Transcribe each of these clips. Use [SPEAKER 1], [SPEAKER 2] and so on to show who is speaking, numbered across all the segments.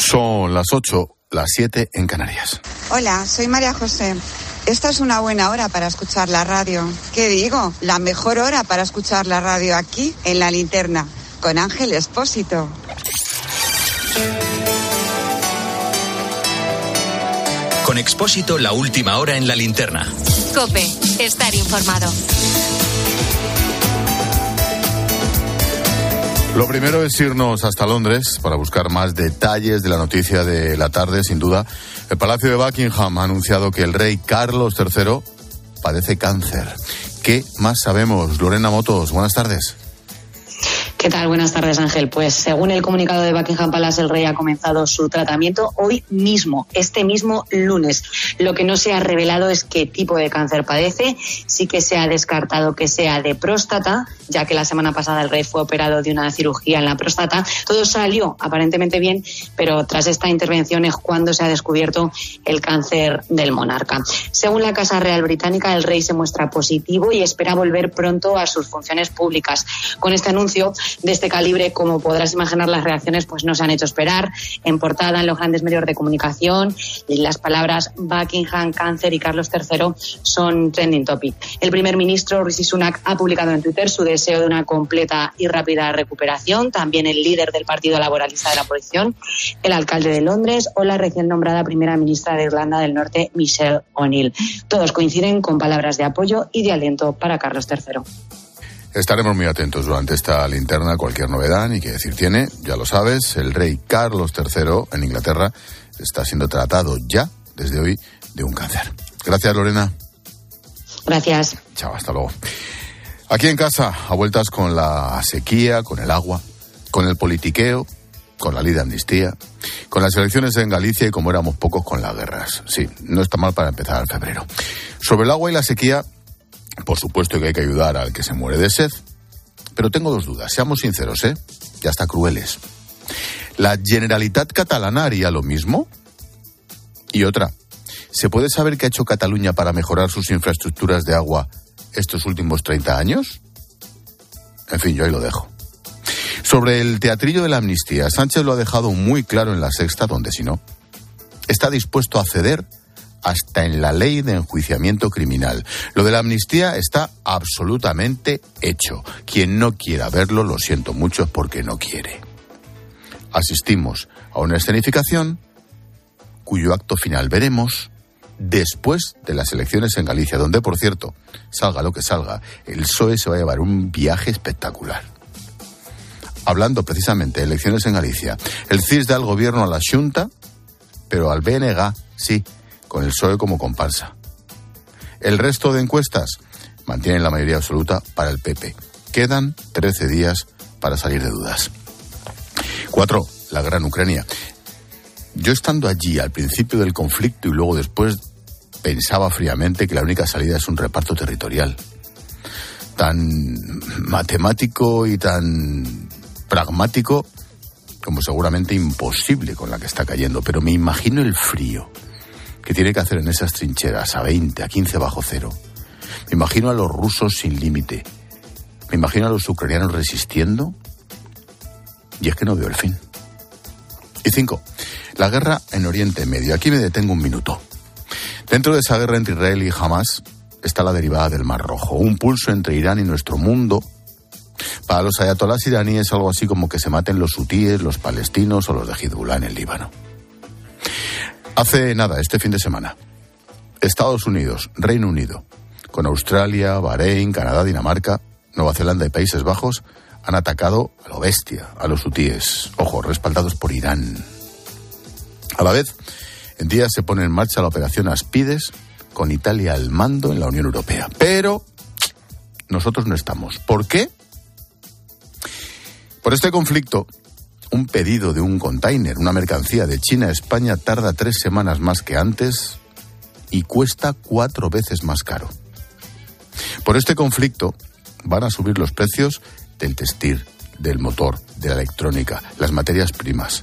[SPEAKER 1] Son las 8, las 7 en Canarias.
[SPEAKER 2] Hola, soy María José. Esta es una buena hora para escuchar la radio. ¿Qué digo? La mejor hora para escuchar la radio aquí, en La Linterna, con Ángel Expósito.
[SPEAKER 3] Con Expósito, la última hora en La Linterna.
[SPEAKER 4] COPE, estar informado.
[SPEAKER 1] Lo primero es irnos hasta Londres para buscar más detalles de la noticia de la tarde. Sin duda, el Palacio de Buckingham ha anunciado que el rey Carlos III padece cáncer. ¿Qué más sabemos? Lorena Motos, buenas tardes.
[SPEAKER 5] ¿Qué tal? Buenas tardes, Ángel. Pues según el comunicado de Buckingham Palace, el rey ha comenzado su tratamiento hoy mismo, este mismo lunes. Lo que no se ha revelado es qué tipo de cáncer padece. Sí que se ha descartado que sea de próstata, ya que la semana pasada el rey fue operado de una cirugía en la próstata. Todo salió aparentemente bien, pero tras esta intervención es cuando se ha descubierto el cáncer del monarca. Según la Casa Real Británica, el rey se muestra positivo y espera volver pronto a sus funciones públicas. Con este anuncio de este calibre, como podrás imaginar, las reacciones pues no se han hecho esperar. En portada, en los grandes medios de comunicación, las palabras Buckingham, cáncer y Carlos III son trending topic. El primer ministro, Rishi Sunak, ha publicado en Twitter su deseo de una completa y rápida recuperación. También el líder del Partido Laboralista de la oposición, el alcalde de Londres o la recién nombrada primera ministra de Irlanda del Norte, Michelle O'Neill. Todos coinciden con palabras de apoyo y de aliento para Carlos III.
[SPEAKER 1] Estaremos muy atentos durante esta linterna. Cualquier novedad, ni qué decir tiene, ya lo sabes, el rey Carlos III en Inglaterra está siendo tratado ya, desde hoy, de un cáncer. Gracias, Lorena.
[SPEAKER 5] Gracias.
[SPEAKER 1] Chao, hasta luego. Aquí en casa, a vueltas con la sequía, con el agua, con el politiqueo, con la ley de amnistía, con las elecciones en Galicia y como éramos pocos con las guerras. Sí, no está mal para empezar en febrero. Sobre el agua y la sequía, por supuesto que hay que ayudar al que se muere de sed, pero tengo dos dudas, seamos sinceros, ya está crueles. ¿La Generalitat Catalana haría lo mismo? Y otra, ¿se puede saber qué ha hecho Cataluña para mejorar sus infraestructuras de agua estos últimos 30 años? En fin, yo ahí lo dejo. Sobre el teatrillo de la amnistía, Sánchez lo ha dejado muy claro en La Sexta, donde si no, está dispuesto a ceder hasta en la ley de enjuiciamiento criminal. Lo de la amnistía está absolutamente hecho. Quien no quiera verlo, lo siento mucho, es porque no quiere. Asistimos a una escenificación cuyo acto final veremos después de las elecciones en Galicia, donde, por cierto, salga lo que salga, el PSOE se va a llevar un viaje espectacular. Hablando precisamente de elecciones en Galicia, el CIS da al gobierno a la Xunta, pero al BNG sí, con el PSOE como comparsa. El resto de encuestas mantienen la mayoría absoluta para el PP. Quedan 13 días para salir de dudas. 4. La guerra en Ucrania. Yo estando allí al principio del conflicto y luego después pensaba fríamente que la única salida es un reparto territorial. Tan matemático y tan pragmático como seguramente imposible con la que está cayendo. Pero me imagino el frío que tiene que hacer en esas trincheras a 20, a 15 bajo cero. Me imagino a los rusos sin límite. Me imagino a los ucranianos resistiendo. Y es que no veo el fin. Y 5. La guerra en Oriente Medio. Aquí me detengo un minuto. Dentro de esa guerra entre Israel y Hamas está la derivada del Mar Rojo. Un pulso entre Irán y nuestro mundo. Para los ayatolás iraníes es algo así como que se maten los hutíes, los palestinos o los de Hezbollah en el Líbano. Hace nada, este fin de semana, Estados Unidos, Reino Unido, con Australia, Bahrein, Canadá, Dinamarca, Nueva Zelanda y Países Bajos, han atacado a lo bestia, a los hutíes, ojo, respaldados por Irán. A la vez, en días se pone en marcha la operación Aspides, con Italia al mando en la Unión Europea. Pero nosotros no estamos. ¿Por qué? Por este conflicto, un pedido de un container, una mercancía de China a España tarda 3 semanas más que antes y cuesta 4 veces más caro. Por este conflicto van a subir los precios del textil, del motor, de la electrónica, las materias primas.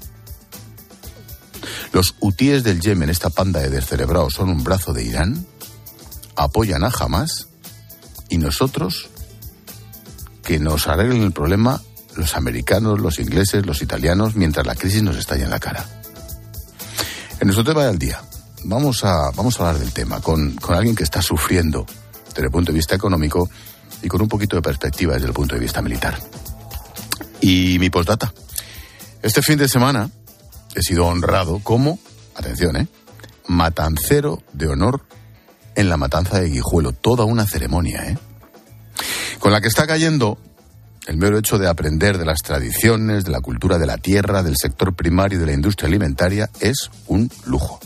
[SPEAKER 1] Los hutíes del Yemen, esta panda de descerebrados, son un brazo de Irán, apoyan a Hamas y nosotros, que nos arreglen el problema los americanos, los ingleses, los italianos, mientras la crisis nos estalla en la cara. En nuestro tema del día vamos a hablar del tema con alguien que está sufriendo desde el punto de vista económico y con un poquito de perspectiva desde el punto de vista militar. Y mi postdata. Este fin de semana he sido honrado como, atención, matancero de honor en la matanza de Guijuelo. Toda una ceremonia, con la que está cayendo el mero hecho de aprender de las tradiciones, de la cultura de la tierra, del sector primario y de la industria alimentaria es un lujo.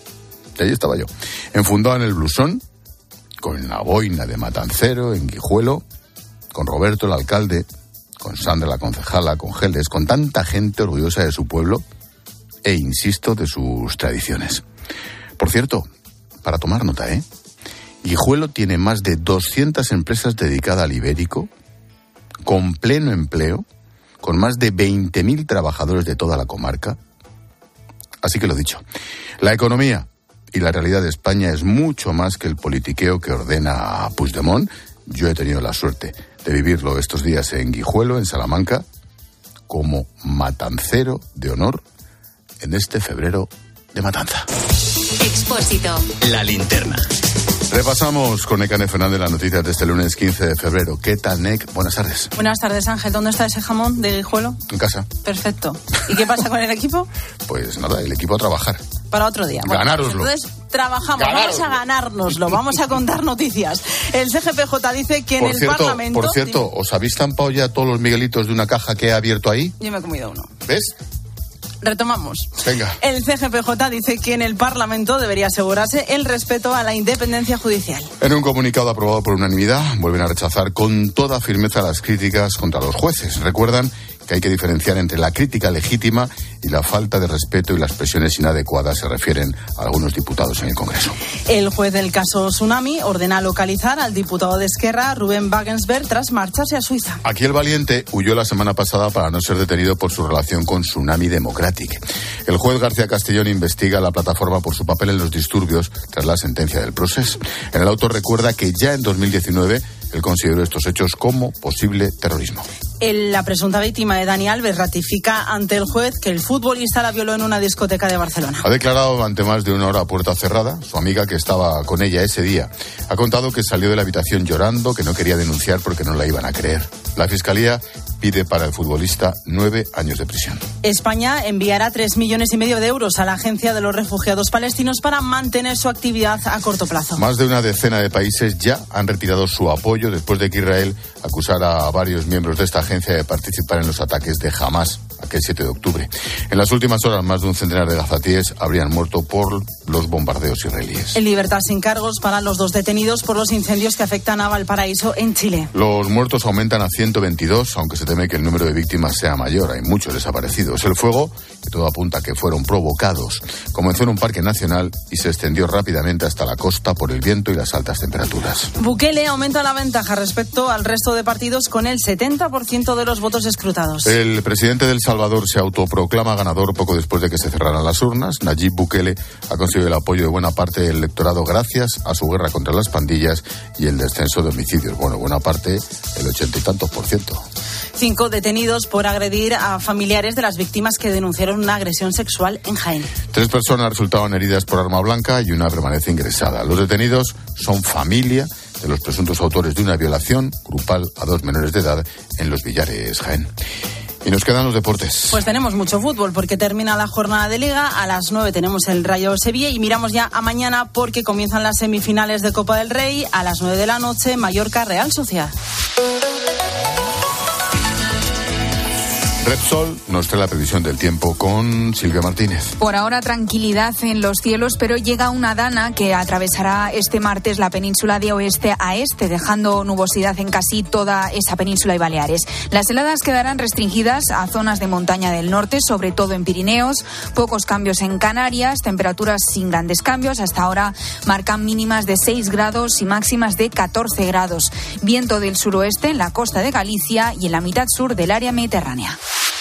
[SPEAKER 1] Y ahí estaba yo, enfundado en el blusón, con la boina de matancero en Guijuelo, con Roberto el alcalde, con Sandra la concejala, con Geles, con tanta gente orgullosa de su pueblo e, insisto, de sus tradiciones. Por cierto, para tomar nota, Guijuelo tiene más de 200 empresas dedicadas al ibérico, con pleno empleo, con más de 20.000 trabajadores de toda la comarca. Así que lo dicho, la economía y la realidad de España es mucho más que el politiqueo que ordena a Puigdemont. Yo he tenido la suerte de vivirlo estos días en Guijuelo, en Salamanca, como matancero de honor en este febrero de matanza.
[SPEAKER 4] Expósito.
[SPEAKER 3] La linterna.
[SPEAKER 1] Repasamos con Nekane Fernández las noticias de este lunes 15 de febrero. ¿Qué tal, Nek? Buenas tardes.
[SPEAKER 6] Buenas tardes, Ángel. ¿Dónde está ese jamón de Guijuelo?
[SPEAKER 1] En casa.
[SPEAKER 6] Perfecto. ¿Y qué pasa con el equipo?
[SPEAKER 1] Pues nada, el equipo a trabajar.
[SPEAKER 6] Para otro día. Bueno,
[SPEAKER 1] ganároslo.
[SPEAKER 6] Entonces trabajamos, vamos a ganárnoslo, vamos a contar noticias. El CGPJ dice que en el Parlamento...
[SPEAKER 1] Por cierto, ¿os habéis tampado ya todos los miguelitos de una caja que he abierto ahí?
[SPEAKER 6] Yo me he comido uno.
[SPEAKER 1] ¿Ves?
[SPEAKER 6] Retomamos.
[SPEAKER 1] Venga.
[SPEAKER 6] El CGPJ dice que en el Parlamento debería asegurarse el respeto a la independencia judicial.
[SPEAKER 1] En un comunicado aprobado por unanimidad, vuelven a rechazar con toda firmeza las críticas contra los jueces. Recuerdan que hay que diferenciar entre la crítica legítima y la falta de respeto, y las presiones inadecuadas se refieren a algunos diputados en el Congreso.
[SPEAKER 6] El juez del caso Tsunami ordena localizar al diputado de Esquerra, Rubén Wagensberg, tras marcharse a Suiza.
[SPEAKER 1] Aquí el valiente huyó la semana pasada para no ser detenido por su relación con Tsunami Democratic. El juez García Castellón investiga a la plataforma por su papel en los disturbios tras la sentencia del Procés. En el auto recuerda que ya en 2019 él consideró estos hechos como posible terrorismo.
[SPEAKER 6] La presunta víctima de Dani Alves ratifica ante el juez que el futbolista la violó en una discoteca de Barcelona.
[SPEAKER 1] Ha declarado durante más de una hora a puerta cerrada. Su amiga, que estaba con ella ese día, ha contado que salió de la habitación llorando, que no quería denunciar porque no la iban a creer. La Fiscalía pide para el futbolista 9 años de prisión.
[SPEAKER 6] España enviará 3,5 millones de euros a la Agencia de los Refugiados Palestinos para mantener su actividad a corto plazo.
[SPEAKER 1] Más de una decena de países ya han retirado su apoyo después de que Israel acusara a varios miembros de esta agencia de participar en los ataques de Hamás aquel 7 de octubre. En las últimas horas, más de un centenar de gazatíes habrían muerto por los bombardeos israelíes.
[SPEAKER 6] En libertad sin cargos para los 2 detenidos por los incendios que afectan a Valparaíso, en Chile.
[SPEAKER 1] Los muertos aumentan a 122, aunque se teme que el número de víctimas sea mayor. Hay muchos desaparecidos. El fuego, que todo apunta a que fueron provocados, comenzó en un parque nacional y se extendió rápidamente hasta la costa por el viento y las altas temperaturas.
[SPEAKER 6] Bukele aumenta la ventaja respecto al resto de partidos con el 70% de los votos escrutados.
[SPEAKER 1] El presidente de El Salvador se autoproclama ganador poco después de que se cerraran las urnas. Nayib Bukele ha conseguido el apoyo de buena parte del electorado gracias a su guerra contra las pandillas y el descenso de homicidios. Bueno, buena parte, el 80 y tantos %.
[SPEAKER 6] 5 detenidos por agredir a familiares de las víctimas que denunciaron una agresión sexual en Jaén.
[SPEAKER 1] 3 personas resultaron heridas por arma blanca y una permanece ingresada. Los detenidos son familia de los presuntos autores de una violación grupal a 2 menores de edad en Los Villares, Jaén. Y nos quedan los deportes.
[SPEAKER 6] Pues tenemos mucho fútbol porque termina la jornada de Liga. A las 9 tenemos el Rayo Sevilla y miramos ya a mañana porque comienzan las semifinales de Copa del Rey. A las 9 de la noche, Mallorca Real Sociedad.
[SPEAKER 1] Repsol nos trae la previsión del tiempo con Silvia Martínez.
[SPEAKER 7] Por ahora tranquilidad en los cielos, pero llega una dana que atravesará este martes la península de oeste a este, dejando nubosidad en casi toda esa península y Baleares. Las heladas quedarán restringidas a zonas de montaña del norte, sobre todo en Pirineos. Pocos cambios en Canarias, temperaturas sin grandes cambios. Hasta ahora marcan mínimas de 6 grados y máximas de 14 grados. Viento del suroeste en la costa de Galicia y en la mitad sur del área mediterránea.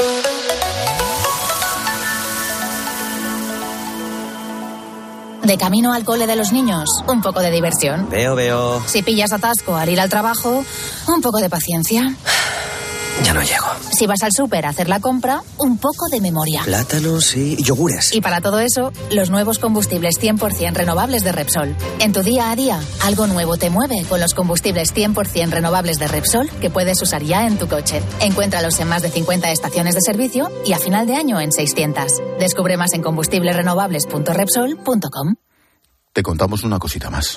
[SPEAKER 8] De camino al cole de los niños, un poco de diversión.
[SPEAKER 9] Veo.
[SPEAKER 8] Si pillas atasco al ir al trabajo, un poco de paciencia.
[SPEAKER 9] Ya no llego.
[SPEAKER 8] Si vas al súper a hacer la compra, un poco de memoria.
[SPEAKER 9] Plátanos y yogures.
[SPEAKER 8] Y para todo eso, los nuevos combustibles 100% renovables de Repsol. En tu día a día, algo nuevo te mueve con los combustibles 100% renovables de Repsol que puedes usar ya en tu coche. Encuéntralos en más de 50 estaciones de servicio y a final de año en 600. Descubre más en combustiblesrenovables.repsol.com.
[SPEAKER 1] Te contamos una cosita más.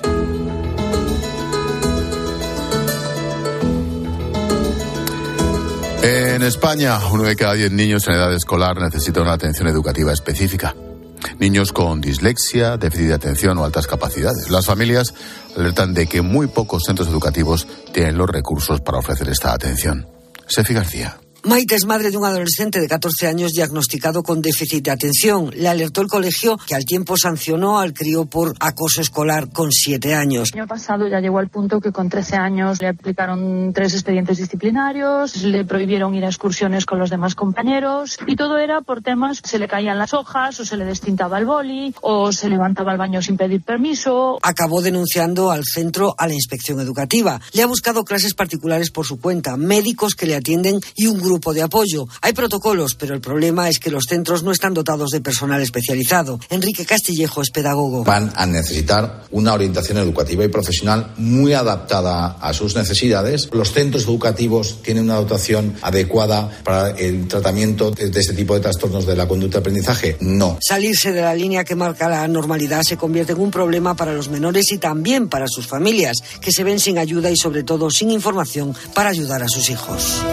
[SPEAKER 1] En España, 1 de cada 10 niños en edad escolar necesita una atención educativa específica. Niños con dislexia, déficit de atención o altas capacidades. Las familias alertan de que muy pocos centros educativos tienen los recursos para ofrecer esta atención. Sefi García.
[SPEAKER 10] Maite es madre de un adolescente de 14 años diagnosticado con déficit de atención. Le alertó el colegio, que al tiempo sancionó al crío por acoso escolar con 7 años.
[SPEAKER 11] El año pasado ya llegó al punto que con 13 años le aplicaron 3 expedientes disciplinarios, le prohibieron ir a excursiones con los demás compañeros y todo era por temas, se le caían las hojas o se le destintaba el boli o se levantaba al baño sin pedir permiso.
[SPEAKER 10] Acabó denunciando al centro a la inspección educativa. Le ha buscado clases particulares por su cuenta, médicos que le atienden y un grupo de apoyo. Hay protocolos, pero el problema es que los centros no están dotados de personal especializado. Enrique Castillejo es pedagogo.
[SPEAKER 12] Van a necesitar una orientación educativa y profesional muy adaptada a sus necesidades. Los centros educativos tienen una dotación adecuada para el tratamiento de este tipo de trastornos de la conducta de aprendizaje. No.
[SPEAKER 10] Salirse de la línea que marca la normalidad se convierte en un problema para los menores y también para sus familias, que se ven sin ayuda y sobre todo sin información para ayudar a sus hijos.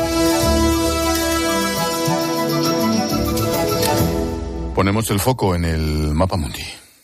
[SPEAKER 1] Ponemos el foco en el Mapa Mundi.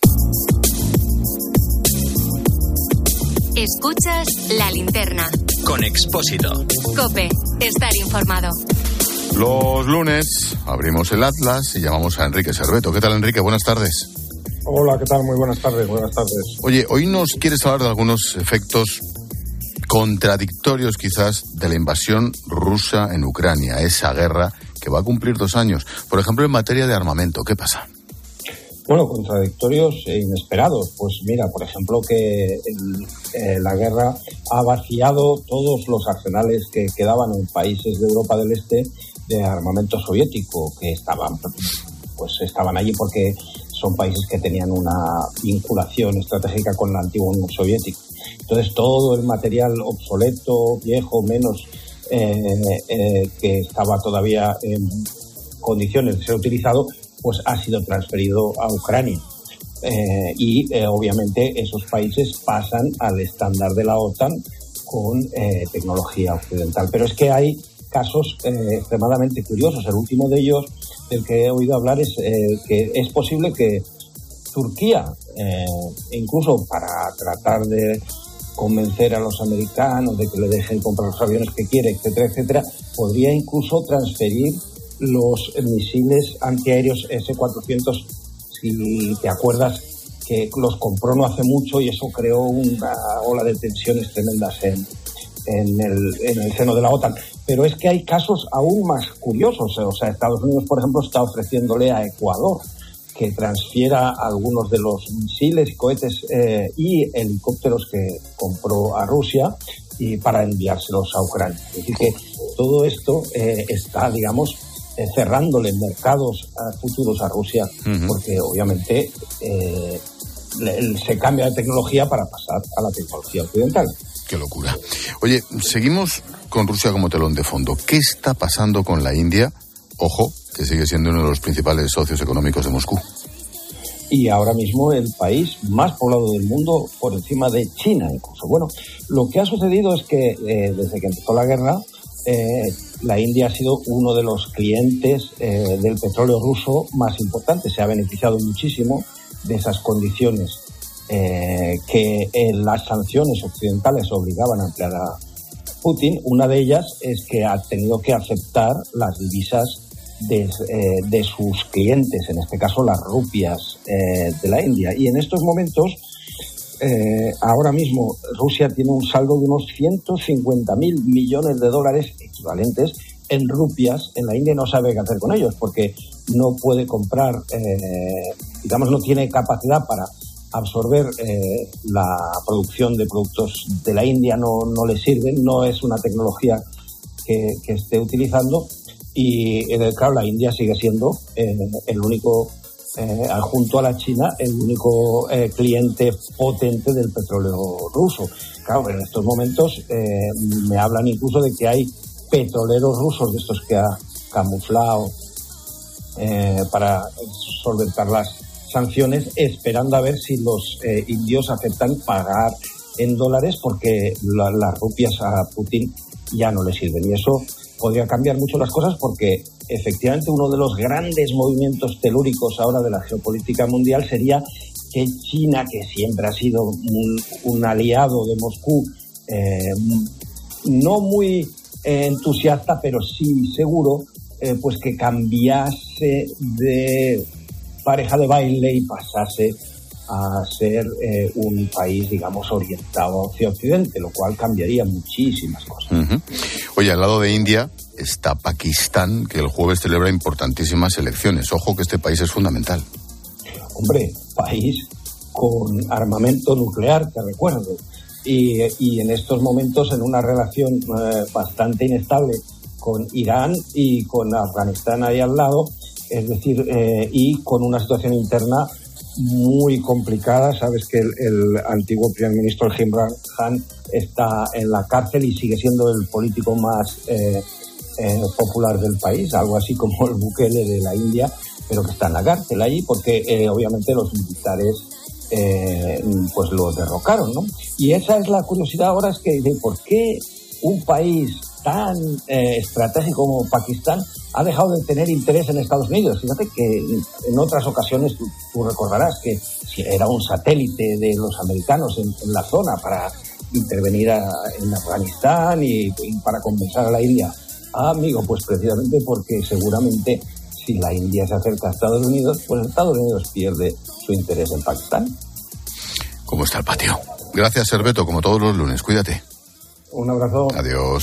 [SPEAKER 4] Escuchas La Linterna.
[SPEAKER 3] Con Expósito.
[SPEAKER 4] COPE. Estar informado.
[SPEAKER 1] Los lunes abrimos el Atlas y llamamos a Enrique Serveto. ¿Qué tal, Enrique? Buenas tardes.
[SPEAKER 13] Hola, ¿qué tal? Muy buenas tardes. Buenas tardes.
[SPEAKER 1] Oye, hoy nos quieres hablar de algunos efectos contradictorios quizás de la invasión rusa en Ucrania, esa guerra que va a cumplir 2 años. Por ejemplo, en materia de armamento, ¿qué pasa?
[SPEAKER 13] Bueno, contradictorios e inesperados. Pues mira, por ejemplo, que la guerra ha vaciado todos los arsenales que quedaban en países de Europa del Este de armamento soviético, que estaban allí porque son países que tenían una vinculación estratégica con la antigua Unión Soviética. Entonces, todo el material obsoleto, viejo, menos que estaba todavía en condiciones de ser utilizado, pues ha sido transferido a Ucrania. Obviamente esos países pasan al estándar de la OTAN con tecnología occidental. Pero es que hay casos extremadamente curiosos. El último de ellos, del que he oído hablar, es que es posible que Turquía, incluso para tratar de convencer a los americanos de que le dejen comprar los aviones que quiere, etcétera, etcétera, podría incluso transferir los misiles antiaéreos S-400, si te acuerdas, que los compró no hace mucho y eso creó una ola de tensiones tremendas en el seno de la OTAN. Pero es que hay casos aún más curiosos. O sea, Estados Unidos, por ejemplo, está ofreciéndole a Ecuador que transfiera algunos de los misiles, cohetes y helicópteros que compró a Rusia y para enviárselos a Ucrania. Es decir, que todo esto está, digamos, cerrándole mercados futuros a Rusia, porque obviamente se cambia de tecnología para pasar a la tecnología occidental.
[SPEAKER 1] Qué locura. Oye, seguimos con Rusia como telón de fondo. ¿Qué está pasando con la India? Ojo, que sigue siendo uno de los principales socios económicos de Moscú.
[SPEAKER 13] Y ahora mismo el país más poblado del mundo, por encima de China incluso. Bueno, lo que ha sucedido es que desde que empezó la guerra, la India ha sido uno de los clientes del petróleo ruso más importantes. Se ha beneficiado muchísimo de esas condiciones que las sanciones occidentales obligaban a emplear a Putin. Una de ellas es que ha tenido que aceptar las divisas de sus clientes, en este caso las rupias de la India. Y en estos momentos, ahora mismo, Rusia tiene un saldo de unos 150.000 millones de dólares equivalentes en rupias. En la India no sabe qué hacer con ellos porque no puede comprar, no tiene capacidad para absorber la producción de productos de la India, no le sirven, no es una tecnología que esté utilizando. Y claro, la India sigue siendo el único, junto a la China, el único cliente potente del petróleo ruso. Claro, en estos momentos me hablan incluso de que hay petroleros rusos de estos que ha camuflado para solventar las sanciones, esperando a ver si los indios aceptan pagar en dólares, porque las rupias a Putin ya no le sirven. Y eso podría cambiar mucho las cosas, porque efectivamente uno de los grandes movimientos telúricos ahora de la geopolítica mundial sería que China, que siempre ha sido un aliado de Moscú, no muy entusiasta, pero sí seguro, pues que cambiase de pareja de baile y pasase a ser un país, digamos, orientado hacia Occidente, lo cual cambiaría muchísimas cosas.
[SPEAKER 1] Uh-huh. Oye, al lado de India está Pakistán, que el jueves celebra importantísimas elecciones. Ojo que este país es fundamental.
[SPEAKER 13] Hombre, país con armamento nuclear, te recuerdo, y en estos momentos en una relación bastante inestable con Irán y con Afganistán ahí al lado, es decir, y con una situación interna muy complicada. Sabes que el antiguo primer ministro Imran Khan está en la cárcel y sigue siendo el político más popular del país, algo así como el Bukele de la India, pero que está en la cárcel allí porque obviamente los militares pues lo derrocaron, ¿no? Y esa es la curiosidad ahora, es que ¿por qué un país tan estratégico como Pakistán ha dejado de tener interés en Estados Unidos? Fíjate que en otras ocasiones tú recordarás que era un satélite de los americanos en la zona para intervenir en Afganistán y para compensar a la India. Ah, amigo, pues precisamente porque seguramente si la India se acerca a Estados Unidos, pues Estados Unidos pierde su interés en Pakistán.
[SPEAKER 1] ¿Cómo está el patio? Gracias, Serveto, como todos los lunes. Cuídate.
[SPEAKER 13] Un abrazo.
[SPEAKER 1] Adiós.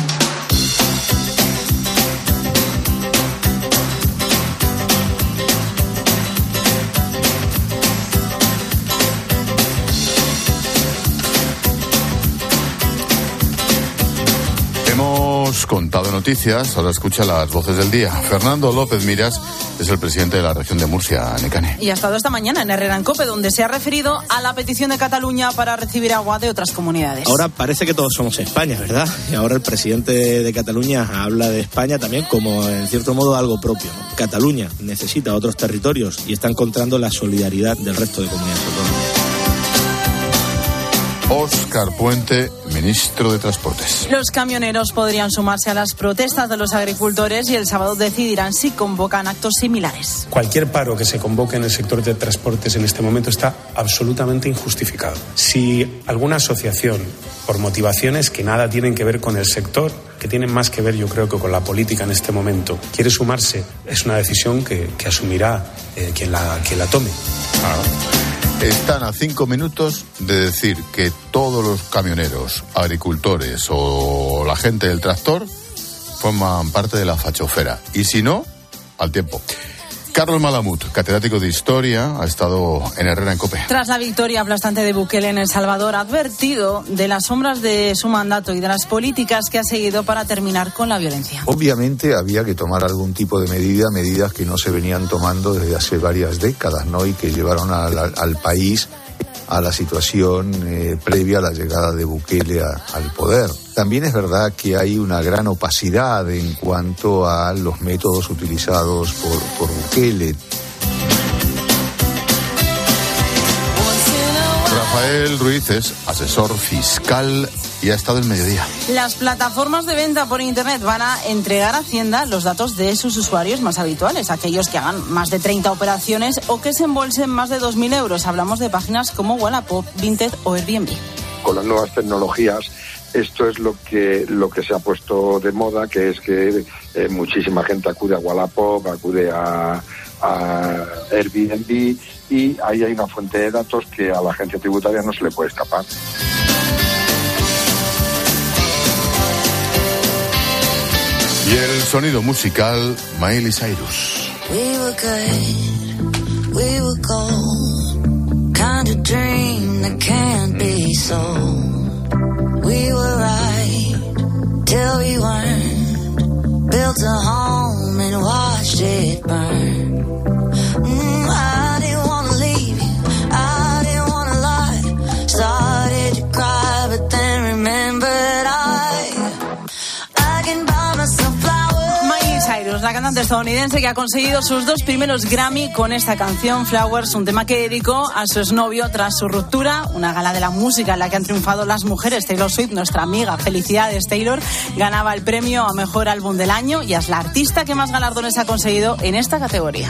[SPEAKER 1] Hemos contado noticias, ahora escucha las voces del día. Fernando López Miras es el presidente de la región de Murcia, Necane.
[SPEAKER 6] Y ha estado esta mañana en Herrera en COPE, donde se ha referido a la petición de Cataluña para recibir agua de otras comunidades.
[SPEAKER 14] Ahora parece que todos somos España, ¿verdad? Y ahora el presidente de Cataluña habla de España también como, en cierto modo, algo propio, ¿no? Cataluña necesita otros territorios y está encontrando la solidaridad del resto de comunidades autónomas.
[SPEAKER 1] Óscar Puente, ministro de Transportes.
[SPEAKER 6] Los camioneros podrían sumarse a las protestas de los agricultores y el sábado decidirán si convocan actos similares.
[SPEAKER 15] Cualquier paro que se convoque en el sector de transportes en este momento está absolutamente injustificado. Si alguna asociación, por motivaciones que nada tienen que ver con el sector, que tienen más que ver, yo creo, que con la política en este momento, quiere sumarse, es una decisión que asumirá quien la tome.
[SPEAKER 1] Están a 5 minutos de decir que todos los camioneros, agricultores o la gente del tractor forman parte de la fachofera. Y si no, al tiempo. Carlos Malamud, catedrático de Historia, ha estado en Herrera en COPE.
[SPEAKER 6] Tras la victoria aplastante de Bukele en El Salvador, ha advertido de las sombras de su mandato y de las políticas que ha seguido para terminar con la violencia.
[SPEAKER 16] Obviamente había que tomar algún tipo de medidas que no se venían tomando desde hace varias décadas, ¿no? Y que llevaron al país a la situación previa a la llegada de Bukele al poder. También es verdad que hay una gran opacidad en cuanto a los métodos utilizados por Bukele.
[SPEAKER 1] Rafael Ruiz es asesor fiscal y ha estado el mediodía.
[SPEAKER 6] Las plataformas de venta por Internet van a entregar a Hacienda los datos de sus usuarios más habituales, aquellos que hagan más de 30 operaciones o que se embolsen más de 2.000 euros. Hablamos de páginas como Wallapop, Vinted o Airbnb.
[SPEAKER 17] Con las nuevas tecnologías, esto es lo que se ha puesto de moda, que es que muchísima gente acude a Wallapop, acude a Airbnb, y ahí hay una fuente de datos que a la agencia tributaria no se le puede escapar.
[SPEAKER 1] Y el sonido musical, Miley Cyrus.
[SPEAKER 18] We were good, we were gold, kind of dream that can't be sold. We were right till we weren't. built a home and watched it burn. I didn't wanna leave you, I didn't wanna lie. Started to cry, but then remembered I can buy myself flowers.
[SPEAKER 6] Miley Cyrus, la cantante estadounidense que ha conseguido sus 2 primeros Grammy con esta canción, Flowers, un tema que dedicó a su exnovio tras su ruptura, una gala de la música en la que han triunfado las mujeres. Taylor Swift, nuestra amiga, felicidades Taylor, ganaba el premio a Mejor Álbum del Año y es la artista que más galardones ha conseguido en esta categoría.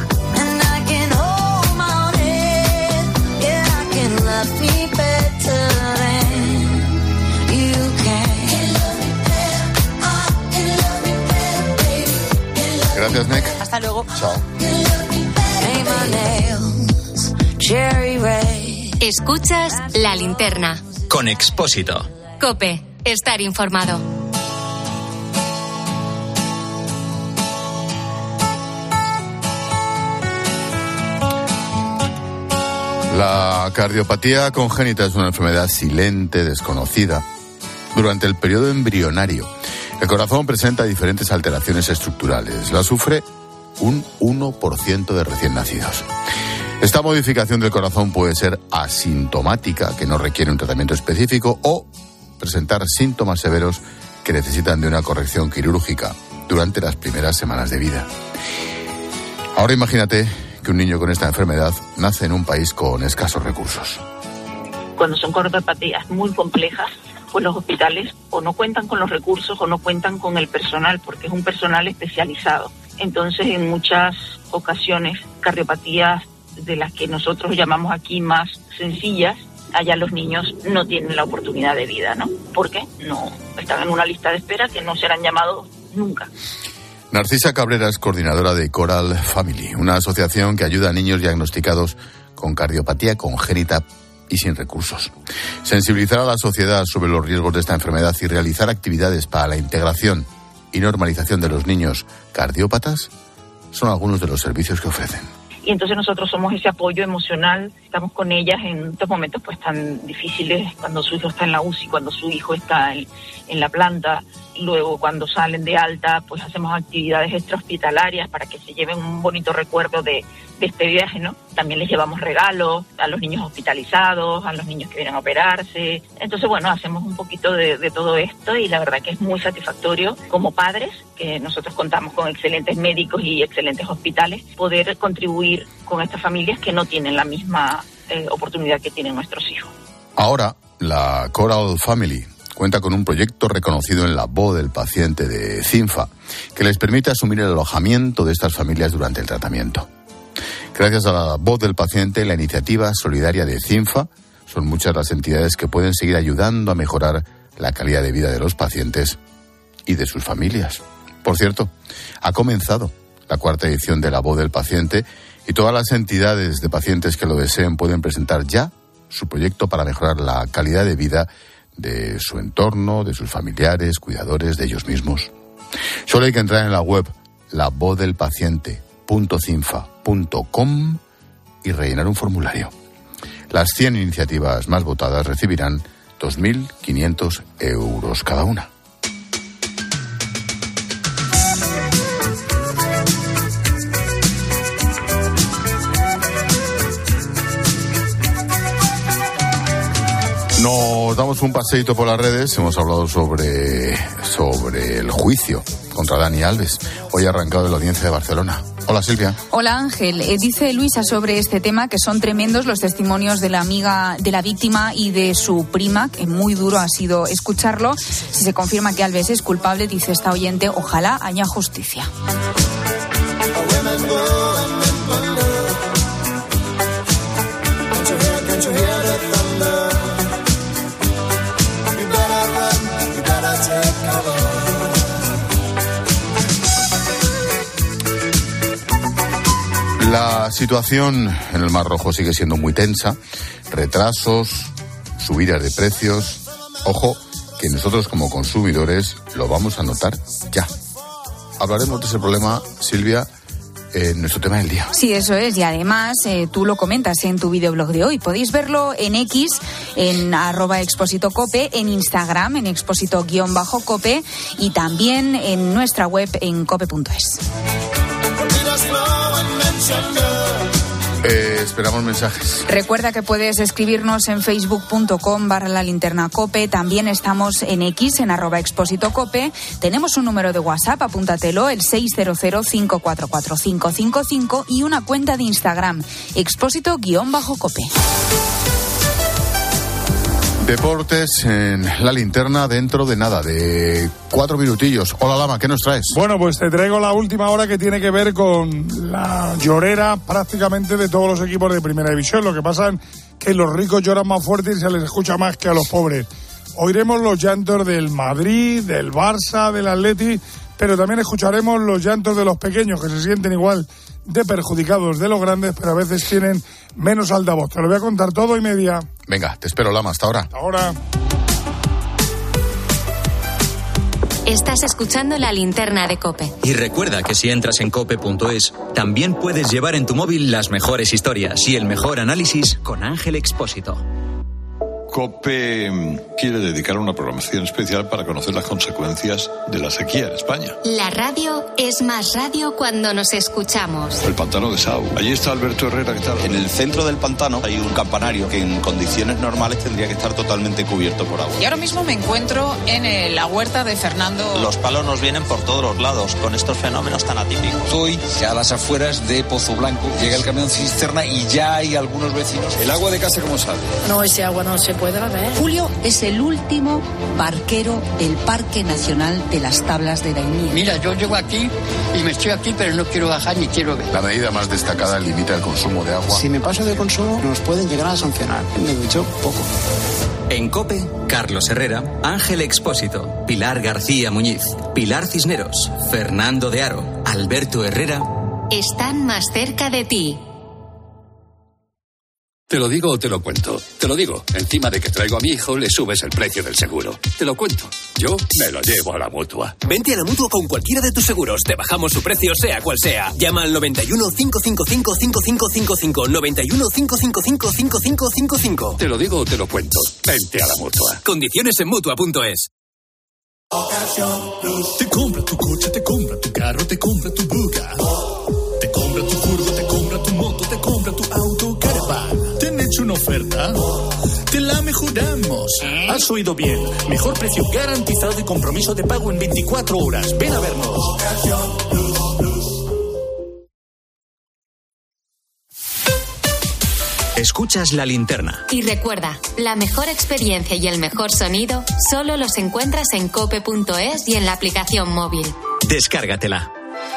[SPEAKER 1] Gracias, Nick.
[SPEAKER 6] Hasta luego.
[SPEAKER 1] Chao.
[SPEAKER 4] Escuchas La Linterna.
[SPEAKER 3] Con Expósito.
[SPEAKER 4] COPE. Estar informado.
[SPEAKER 1] La cardiopatía congénita es una enfermedad silente, desconocida. Durante el periodo embrionario, el corazón presenta diferentes alteraciones estructurales. La sufre un 1% de recién nacidos. Esta modificación del corazón puede ser asintomática, que no requiere un tratamiento específico, o presentar síntomas severos que necesitan de una corrección quirúrgica durante las primeras semanas de vida. Ahora imagínate que un niño con esta enfermedad nace en un país con escasos recursos.
[SPEAKER 19] Cuando son cardiopatías muy complejas, pues los hospitales o no cuentan con los recursos o no cuentan con el personal, porque es un personal especializado. Entonces, en muchas ocasiones, cardiopatías de las que nosotros llamamos aquí más sencillas, allá los niños no tienen la oportunidad de vida, ¿no? Porque no están en una lista de espera que no serán llamados nunca.
[SPEAKER 1] Narcisa Cabrera es coordinadora de Coral Family, una asociación que ayuda a niños diagnosticados con cardiopatía congénita y sin recursos. Sensibilizar a la sociedad sobre los riesgos de esta enfermedad y realizar actividades para la integración y normalización de los niños cardiópatas son algunos de los servicios que ofrecen.
[SPEAKER 19] Y entonces nosotros somos ese apoyo emocional, estamos con ellas en estos momentos pues tan difíciles, cuando su hijo está en la UCI, cuando su hijo está en la planta, luego cuando salen de alta pues hacemos actividades extrahospitalarias para que se lleven un bonito recuerdo de este viaje, ¿no? También les llevamos regalos a los niños hospitalizados, a los niños que vienen a operarse. Entonces, bueno, hacemos un poquito de todo esto y la verdad que es muy satisfactorio como padres, que nosotros contamos con excelentes médicos y excelentes hospitales, poder contribuir con estas familias que no tienen la misma oportunidad que tienen nuestros hijos.
[SPEAKER 1] Ahora, la Coral Family cuenta con un proyecto reconocido en la voz del paciente de CINFA, que les permite asumir el alojamiento de estas familias durante el tratamiento. Gracias a la voz del paciente, la iniciativa solidaria de CINFA, son muchas las entidades que pueden seguir ayudando a mejorar la calidad de vida de los pacientes y de sus familias. Por cierto, ha comenzado la 4ª edición de la voz del paciente y todas las entidades de pacientes que lo deseen pueden presentar ya su proyecto para mejorar la calidad de vida de su entorno, de sus familiares, cuidadores, de ellos mismos. Solo hay que entrar en la web lavozdelpaciente.cinfa.com y rellenar un formulario. Las 100 iniciativas más votadas recibirán 2.500 euros cada una. Nos damos un paseíto por las redes. Hemos hablado sobre el juicio contra Dani Alves. Hoy ha arrancado la audiencia de Barcelona. Hola, Silvia.
[SPEAKER 7] Hola, Ángel. Dice Luisa sobre este tema que son tremendos los testimonios de la amiga de la víctima y de su prima, que muy duro ha sido escucharlo. Si se confirma que Alves es culpable, dice esta oyente, ojalá haya justicia.
[SPEAKER 1] La situación en el Mar Rojo sigue siendo muy tensa. Retrasos, subidas de precios. Ojo, que nosotros como consumidores lo vamos a notar ya. Hablaremos de ese problema, Silvia, nuestro tema del día.
[SPEAKER 7] Sí, eso es, y además tú lo comentas en tu videoblog de hoy. Podéis verlo en X, en @expositocope, en Instagram, en expósito_cope, y también en nuestra web en cope.es.
[SPEAKER 1] Esperamos mensajes.
[SPEAKER 7] Recuerda que puedes escribirnos en facebook.com/lalinternacope. También estamos en X, en @expositocope. Tenemos un número de WhatsApp, apúntatelo, el 600-544-555, y una cuenta de Instagram, expósito_cope.
[SPEAKER 1] Deportes en la linterna dentro de nada, de 4 minutillos. Hola, Lama, ¿qué nos traes?
[SPEAKER 20] Bueno, pues te traigo la última hora que tiene que ver con la llorera prácticamente de todos los equipos de Primera División. Lo que pasa es que los ricos lloran más fuerte y se les escucha más que a los pobres. Oiremos los llantos del Madrid, del Barça, del Atleti, pero también escucharemos los llantos de los pequeños, que se sienten igual de perjudicados de los grandes, pero a veces tienen menos altavoz. Te lo voy a contar todo y media.
[SPEAKER 1] Venga, te espero, Lama, hasta ahora.
[SPEAKER 20] Hasta ahora.
[SPEAKER 4] Estás escuchando La Linterna de COPE.
[SPEAKER 3] Y recuerda que si entras en cope.es, también puedes llevar en tu móvil las mejores historias y el mejor análisis con Ángel Expósito.
[SPEAKER 21] COPE quiere dedicar una programación especial para conocer las consecuencias de la sequía en España.
[SPEAKER 4] La radio es más radio cuando nos escuchamos.
[SPEAKER 21] El pantano de Sau. Allí está Alberto Herrera, ¿qué tal?
[SPEAKER 22] En el centro del pantano hay un campanario que en condiciones normales tendría que estar totalmente cubierto por agua.
[SPEAKER 23] Y ahora mismo me encuentro en la huerta de Fernando.
[SPEAKER 22] Los palos nos vienen por todos los lados con estos fenómenos tan atípicos.
[SPEAKER 24] Estoy a las afueras de Pozo Blanco. Llega el camión cisterna y ya hay algunos vecinos. ¿El agua de casa cómo sale?
[SPEAKER 25] No, ese agua no se puede beber.
[SPEAKER 26] Julio es el último barquero del Parque Nacional de las Tablas de Daimiel.
[SPEAKER 27] Mira, yo llego aquí y me estoy aquí, pero no quiero bajar ni quiero ver.
[SPEAKER 1] La medida más destacada limita el consumo de agua.
[SPEAKER 28] Si me paso de consumo, nos pueden llegar a sancionar. Me ducho poco.
[SPEAKER 3] En COPE, Carlos Herrera, Ángel Expósito, Pilar García Muñiz, Pilar Cisneros, Fernando de Aro, Alberto Herrera.
[SPEAKER 4] Están más cerca de ti.
[SPEAKER 29] ¿Te lo digo o te lo cuento? Te lo digo. Encima de que traigo a mi hijo, le subes el precio del seguro. Te lo cuento. Yo me lo llevo a la Mutua.
[SPEAKER 30] Vente a la Mutua con cualquiera de tus seguros. Te bajamos su precio, sea cual sea. Llama al 91 555 5555. 91 555 5555.
[SPEAKER 29] Te lo digo o te lo cuento. Vente a la Mutua.
[SPEAKER 30] Condiciones en Mutua.es.
[SPEAKER 31] Te compra tu coche, te compra tu carro, te compra tu buga. Te compra tu furgo, te compra tu moto, te compra tu auto, caravan. ¿Te han hecho una oferta? Te la mejoramos. Has oído bien. Mejor precio garantizado y compromiso de pago en 24 horas. Ven a vernos.
[SPEAKER 3] Escuchas La Linterna.
[SPEAKER 4] Y recuerda, la mejor experiencia y el mejor sonido solo los encuentras en cope.es y en la aplicación móvil.
[SPEAKER 3] Descárgatela.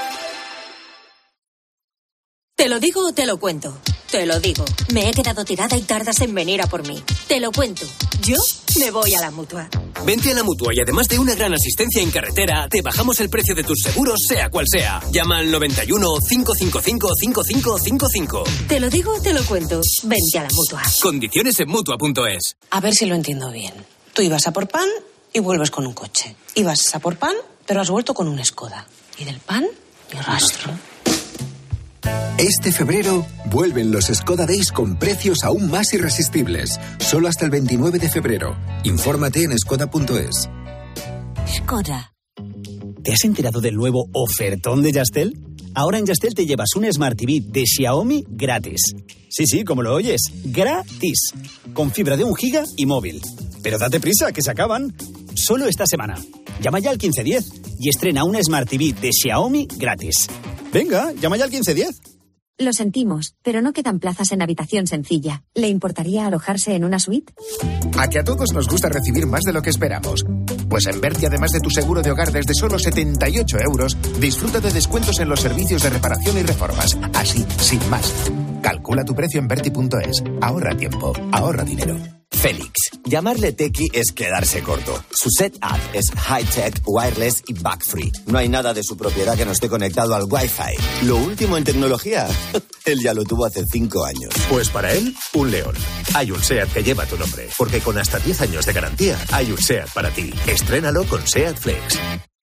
[SPEAKER 32] ¿Te lo digo o te lo cuento? Te lo digo. Me he quedado tirada y tardas en venir a por mí. Te lo cuento. Yo me voy a la Mutua.
[SPEAKER 30] Vente a la Mutua y además de una gran asistencia en carretera, te bajamos el precio de tus seguros, sea cual sea. Llama al 91 555 5555.
[SPEAKER 32] Te lo digo o te lo cuento. Vente a la Mutua.
[SPEAKER 30] Condiciones en Mutua.es.
[SPEAKER 32] A ver si lo entiendo bien. Tú ibas a por pan y vuelves con un coche. Ibas a por pan, pero has vuelto con un Skoda. Y del pan, ni rastro.
[SPEAKER 33] Este febrero vuelven los Skoda Days con precios aún más irresistibles. Solo hasta el 29 de febrero. Infórmate en skoda.es.
[SPEAKER 32] Skoda.
[SPEAKER 34] ¿Te has enterado del nuevo ofertón de Yastel? Ahora en Yastel te llevas un Smart TV de Xiaomi gratis. Sí, como lo oyes, gratis. Con fibra de 1 giga y móvil. Pero date prisa, que se acaban. Solo esta semana. Llama ya al 1510 y estrena un Smart TV de Xiaomi gratis. Venga, llama ya al 1510.
[SPEAKER 35] Lo sentimos, pero no quedan plazas en habitación sencilla. ¿Le importaría alojarse en una suite?
[SPEAKER 36] A que a todos nos gusta recibir más de lo que esperamos. Pues en Berti, además de tu seguro de hogar desde solo 78 euros, disfruta de descuentos en los servicios de reparación y reformas. Así, sin más. Calcula tu precio en Berti.es. Ahorra tiempo, ahorra dinero.
[SPEAKER 37] Félix. Llamarle tequi es quedarse corto. Su setup es high-tech, wireless y bug-free. No hay nada de su propiedad que no esté conectado al Wi-Fi. Lo último en tecnología, él ya lo tuvo hace 5 años.
[SPEAKER 38] Pues para él, un León. Hay un SEAT que lleva tu nombre, porque con hasta 10 años de garantía, hay un SEAT para ti. Estrénalo con SEAT Flex.